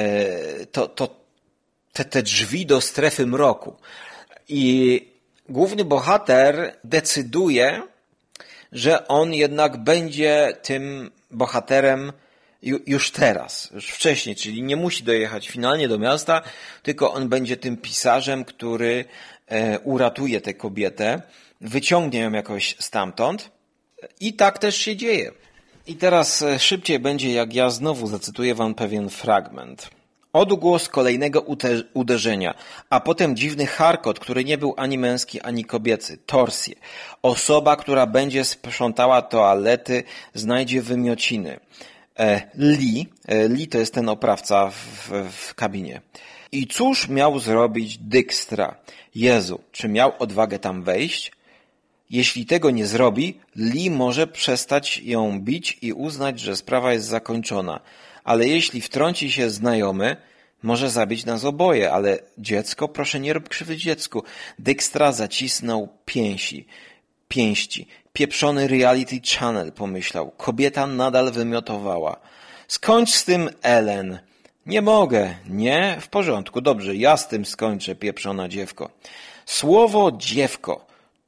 te drzwi do strefy mroku. I główny bohater decyduje, że on jednak będzie tym bohaterem już teraz, już wcześniej, czyli nie musi dojechać finalnie do miasta, tylko on będzie tym pisarzem, który uratuje tę kobietę, wyciągnie ją jakoś stamtąd i tak też się dzieje. I teraz szybciej będzie, jak ja znowu zacytuję wam pewien fragment. Odgłos kolejnego uderzenia, a potem dziwny charkot, który nie był ani męski, ani kobiecy. Torsje. Osoba, która będzie sprzątała toalety, znajdzie wymiociny. Lee to jest ten oprawca w kabinie. I cóż miał zrobić Dykstra? Jezu, czy miał odwagę tam wejść? Jeśli tego nie zrobi, Lee może przestać ją bić i uznać, że sprawa jest zakończona. Ale jeśli wtrąci się znajomy, może zabić nas oboje, ale dziecko? Proszę, nie rób krzywdy dziecku. Dykstra zacisnął pięści. Pieprzony reality channel, pomyślał. Kobieta nadal wymiotowała. Skończ z tym, Ellen. Nie mogę. Nie? W porządku, dobrze, ja z tym skończę, pieprzona dziewko. Słowo dziewko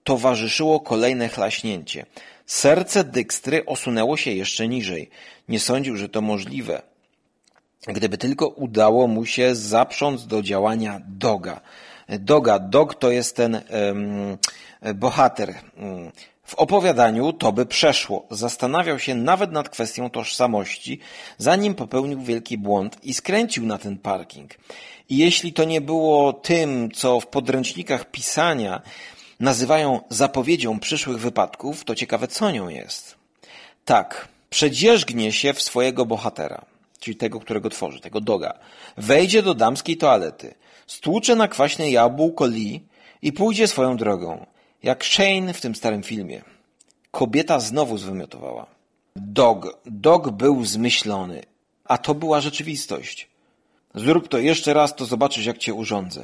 towarzyszyło kolejne chlaśnięcie. Serce Dijkstry osunęło się jeszcze niżej. Nie sądził, że to możliwe. Gdyby tylko udało mu się zaprząc do działania Doga. Dog to jest ten bohater. W opowiadaniu to by przeszło. Zastanawiał się nawet nad kwestią tożsamości, zanim popełnił wielki błąd i skręcił na ten parking. I jeśli to nie było tym, co w podręcznikach pisania nazywają zapowiedzią przyszłych wypadków, to ciekawe, co nią jest. Tak, przedzierzgnie się w swojego bohatera, czyli tego, którego tworzy, tego Doga. Wejdzie do damskiej toalety, stłucze na kwaśne jabłko Lee i pójdzie swoją drogą. Jak Shane w tym starym filmie. Kobieta znowu zwymiotowała. Dog był zmyślony, a to była rzeczywistość. Zrób to jeszcze raz, to zobaczysz, jak cię urządzę.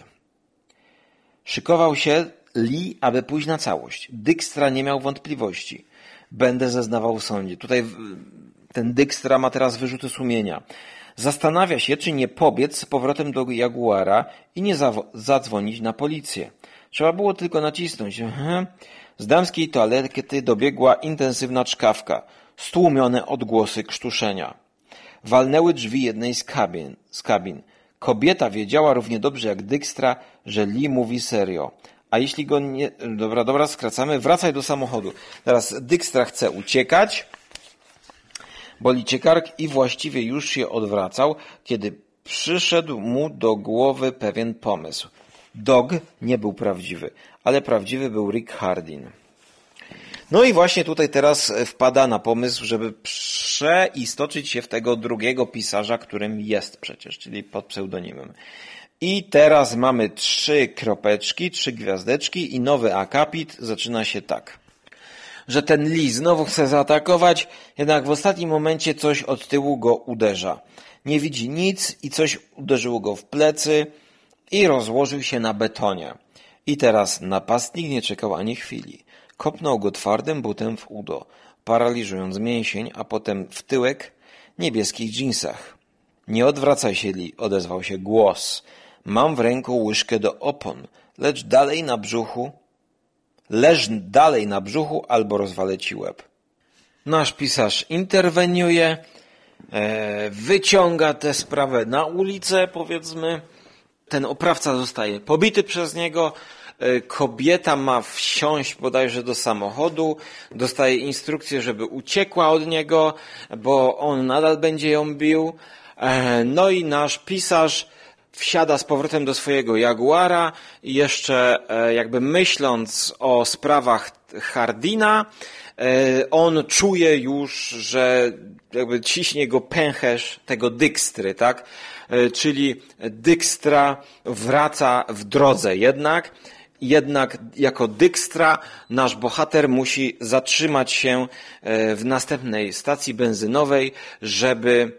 Szykował się Lee, aby pójść na całość. Dijkstra nie miał wątpliwości. Będę zeznawał w sądzie. Tutaj ten Dijkstra ma teraz wyrzuty sumienia. Zastanawia się, czy nie pobiec z powrotem do Jaguara i nie zadzwonić na policję. Trzeba było tylko nacisnąć. Z damskiej toalety dobiegła intensywna czkawka. Stłumione odgłosy krztuszenia. Walnęły drzwi jednej z kabin. Kobieta wiedziała równie dobrze jak Dijkstra, że Lee mówi serio. A jeśli go nie... Dobra, skracamy. Wracaj do samochodu. Teraz Dijkstra chce uciekać. Boli cię kark i właściwie już się odwracał, kiedy przyszedł mu do głowy pewien pomysł. Dog nie był prawdziwy, ale prawdziwy był Rick Hardin. No i właśnie tutaj teraz wpada na pomysł, żeby przeistoczyć się w tego drugiego pisarza, którym jest przecież, czyli pod pseudonimem. I teraz mamy 3 kropeczki, 3 gwiazdeczki i nowy akapit zaczyna się tak. Że ten Lee znowu chce zaatakować, jednak w ostatnim momencie coś od tyłu go uderza. Nie widzi nic i coś uderzyło go w plecy i rozłożył się na betonie. I teraz napastnik nie czekał ani chwili. Kopnął go twardym butem w udo, paraliżując mięsień, a potem w tyłek niebieskich dżinsach. Nie odwracaj się, Lee, odezwał się głos. Mam w ręku łyżkę do opon, leż dalej na brzuchu albo rozwalę ci łeb. Nasz pisarz interweniuje, wyciąga tę sprawę na ulicę, powiedzmy. Ten oprawca zostaje pobity przez niego. Kobieta ma wsiąść bodajże do samochodu. Dostaje instrukcję, żeby uciekła od niego, bo on nadal będzie ją bił. No i nasz pisarz wsiada z powrotem do swojego Jaguara i jeszcze jakby myśląc o sprawach Hardina, on czuje już, że jakby ciśnie go pęcherz tego Dijkstry, tak? Czyli Dijkstra wraca w drodze jednak jako Dijkstra nasz bohater musi zatrzymać się w następnej stacji benzynowej, żeby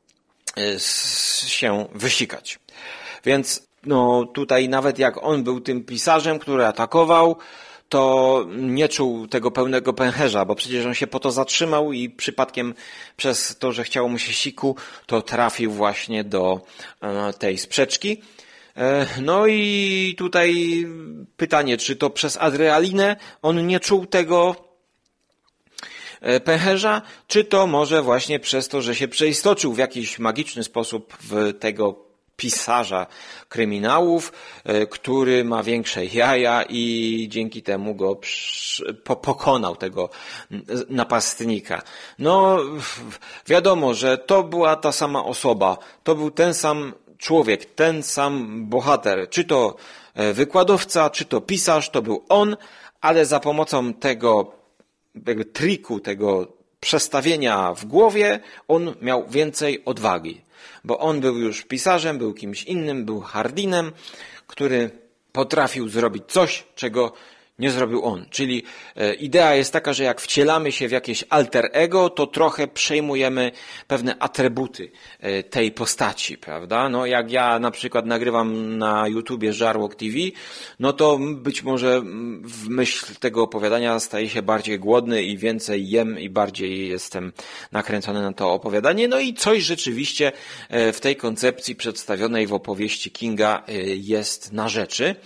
się wysikać. Więc no tutaj nawet jak on był tym pisarzem, który atakował, to nie czuł tego pełnego pęcherza, bo przecież on się po to zatrzymał i przypadkiem przez to, że chciało mu się siku, to trafił właśnie do tej sprzeczki. No i tutaj pytanie, czy to przez adrenalinę on nie czuł tego pęcherza, czy to może właśnie przez to, że się przeistoczył w jakiś magiczny sposób w tego pisarza kryminałów, który ma większe jaja i dzięki temu go pokonał, tego napastnika. No wiadomo, że to była ta sama osoba, to był ten sam człowiek, ten sam bohater, czy to wykładowca, czy to pisarz, to był on, ale za pomocą tego triku, tego przestawienia w głowie, on miał więcej odwagi. Bo on był już pisarzem, był kimś innym, był Hardinem, który potrafił zrobić coś, czego nie zrobił on. Czyli idea jest taka, że jak wcielamy się w jakieś alter ego, to trochę przejmujemy pewne atrybuty tej postaci, prawda? No jak ja na przykład nagrywam na YouTubie Żarłok TV, no to być może w myśl tego opowiadania staję się bardziej głodny i więcej jem i bardziej jestem nakręcony na to opowiadanie. No i coś rzeczywiście w tej koncepcji przedstawionej w opowieści Kinga jest na rzeczy.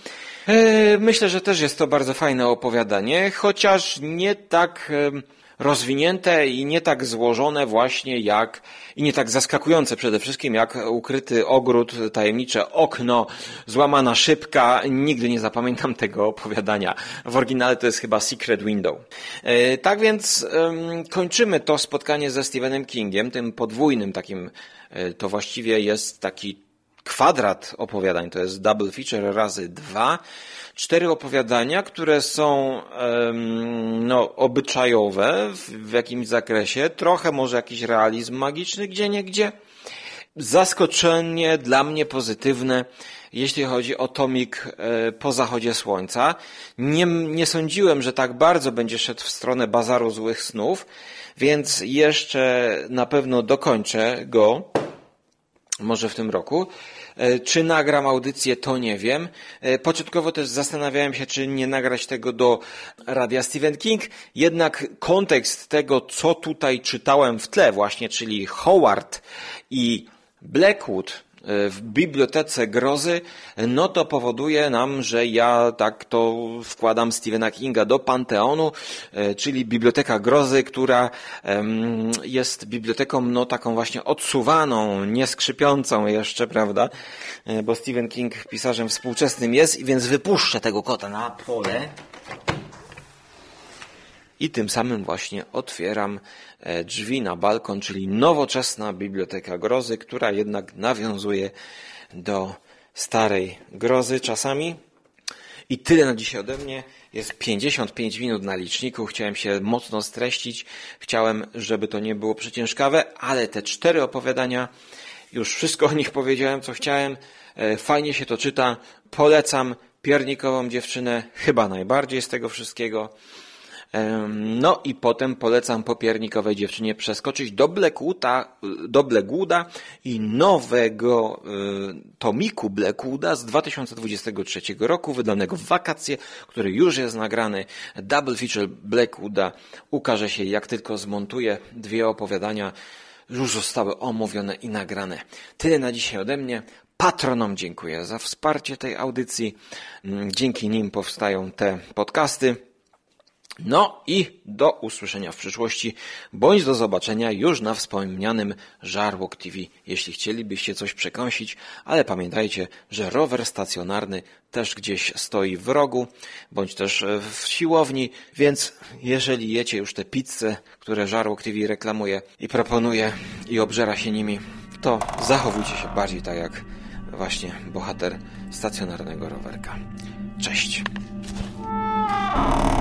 Myślę, że też jest to bardzo fajne opowiadanie, chociaż nie tak rozwinięte i nie tak złożone właśnie jak, i nie tak zaskakujące przede wszystkim jak Ukryty ogród, Tajemnicze okno, Złamana szybka. Nigdy nie zapamiętam tego opowiadania. W oryginale to jest chyba Secret Window. Tak więc kończymy to spotkanie ze Stephenem Kingiem, tym podwójnym takim, to właściwie jest taki kwadrat opowiadań, to jest double feature razy 2. 4 opowiadania, które są obyczajowe w jakimś zakresie, trochę może jakiś realizm magiczny gdzieniegdzie. Zaskoczenie dla mnie pozytywne, jeśli chodzi o tomik Po zachodzie słońca. Nie sądziłem, że tak bardzo będzie szedł w stronę Bazaru złych snów, więc jeszcze na pewno dokończę go, może w tym roku. Czy nagram audycję, to nie wiem. Początkowo też zastanawiałem się, czy nie nagrać tego do radia Stephen King, jednak kontekst tego, co tutaj czytałem w tle właśnie, czyli Howard i Blackwood w Bibliotece Grozy, no to powoduje nam, że ja tak to wkładam Stephena Kinga do panteonu, czyli Biblioteka Grozy, która jest biblioteką taką właśnie odsuwaną, nie skrzypiącą jeszcze, prawda? Bo Stephen King pisarzem współczesnym jest, i więc wypuszczę tego kota na pole. I tym samym właśnie otwieram drzwi na balkon, czyli nowoczesna Biblioteka Grozy, która jednak nawiązuje do starej grozy czasami. I tyle na dzisiaj ode mnie. Jest 55 minut na liczniku. Chciałem się mocno streścić. Chciałem, żeby to nie było przeciężkawe, ale te 4 opowiadania, już wszystko o nich powiedziałem, co chciałem. Fajnie się to czyta. Polecam Piernikową dziewczynę chyba najbardziej z tego wszystkiego. No i potem polecam po Piernikowej dziewczynie przeskoczyć do Blackwooda i nowego tomiku Blackwooda z 2023 roku, wydanego w wakacje, który już jest nagrany. Double feature Blackwooda ukaże się, jak tylko zmontuję. 2 opowiadania już zostały omówione i nagrane. Tyle na dzisiaj ode mnie. Patronom dziękuję za wsparcie tej audycji. Dzięki nim powstają te podcasty. No i do usłyszenia w przyszłości, bądź do zobaczenia już na wspomnianym Żarłok TV, jeśli chcielibyście coś przekąsić, ale pamiętajcie, że rower stacjonarny też gdzieś stoi w rogu, bądź też w siłowni, więc jeżeli jecie już te pizze, które Żarłok TV reklamuje i proponuje i obżera się nimi, to zachowujcie się bardziej tak jak właśnie bohater stacjonarnego rowerka. Cześć!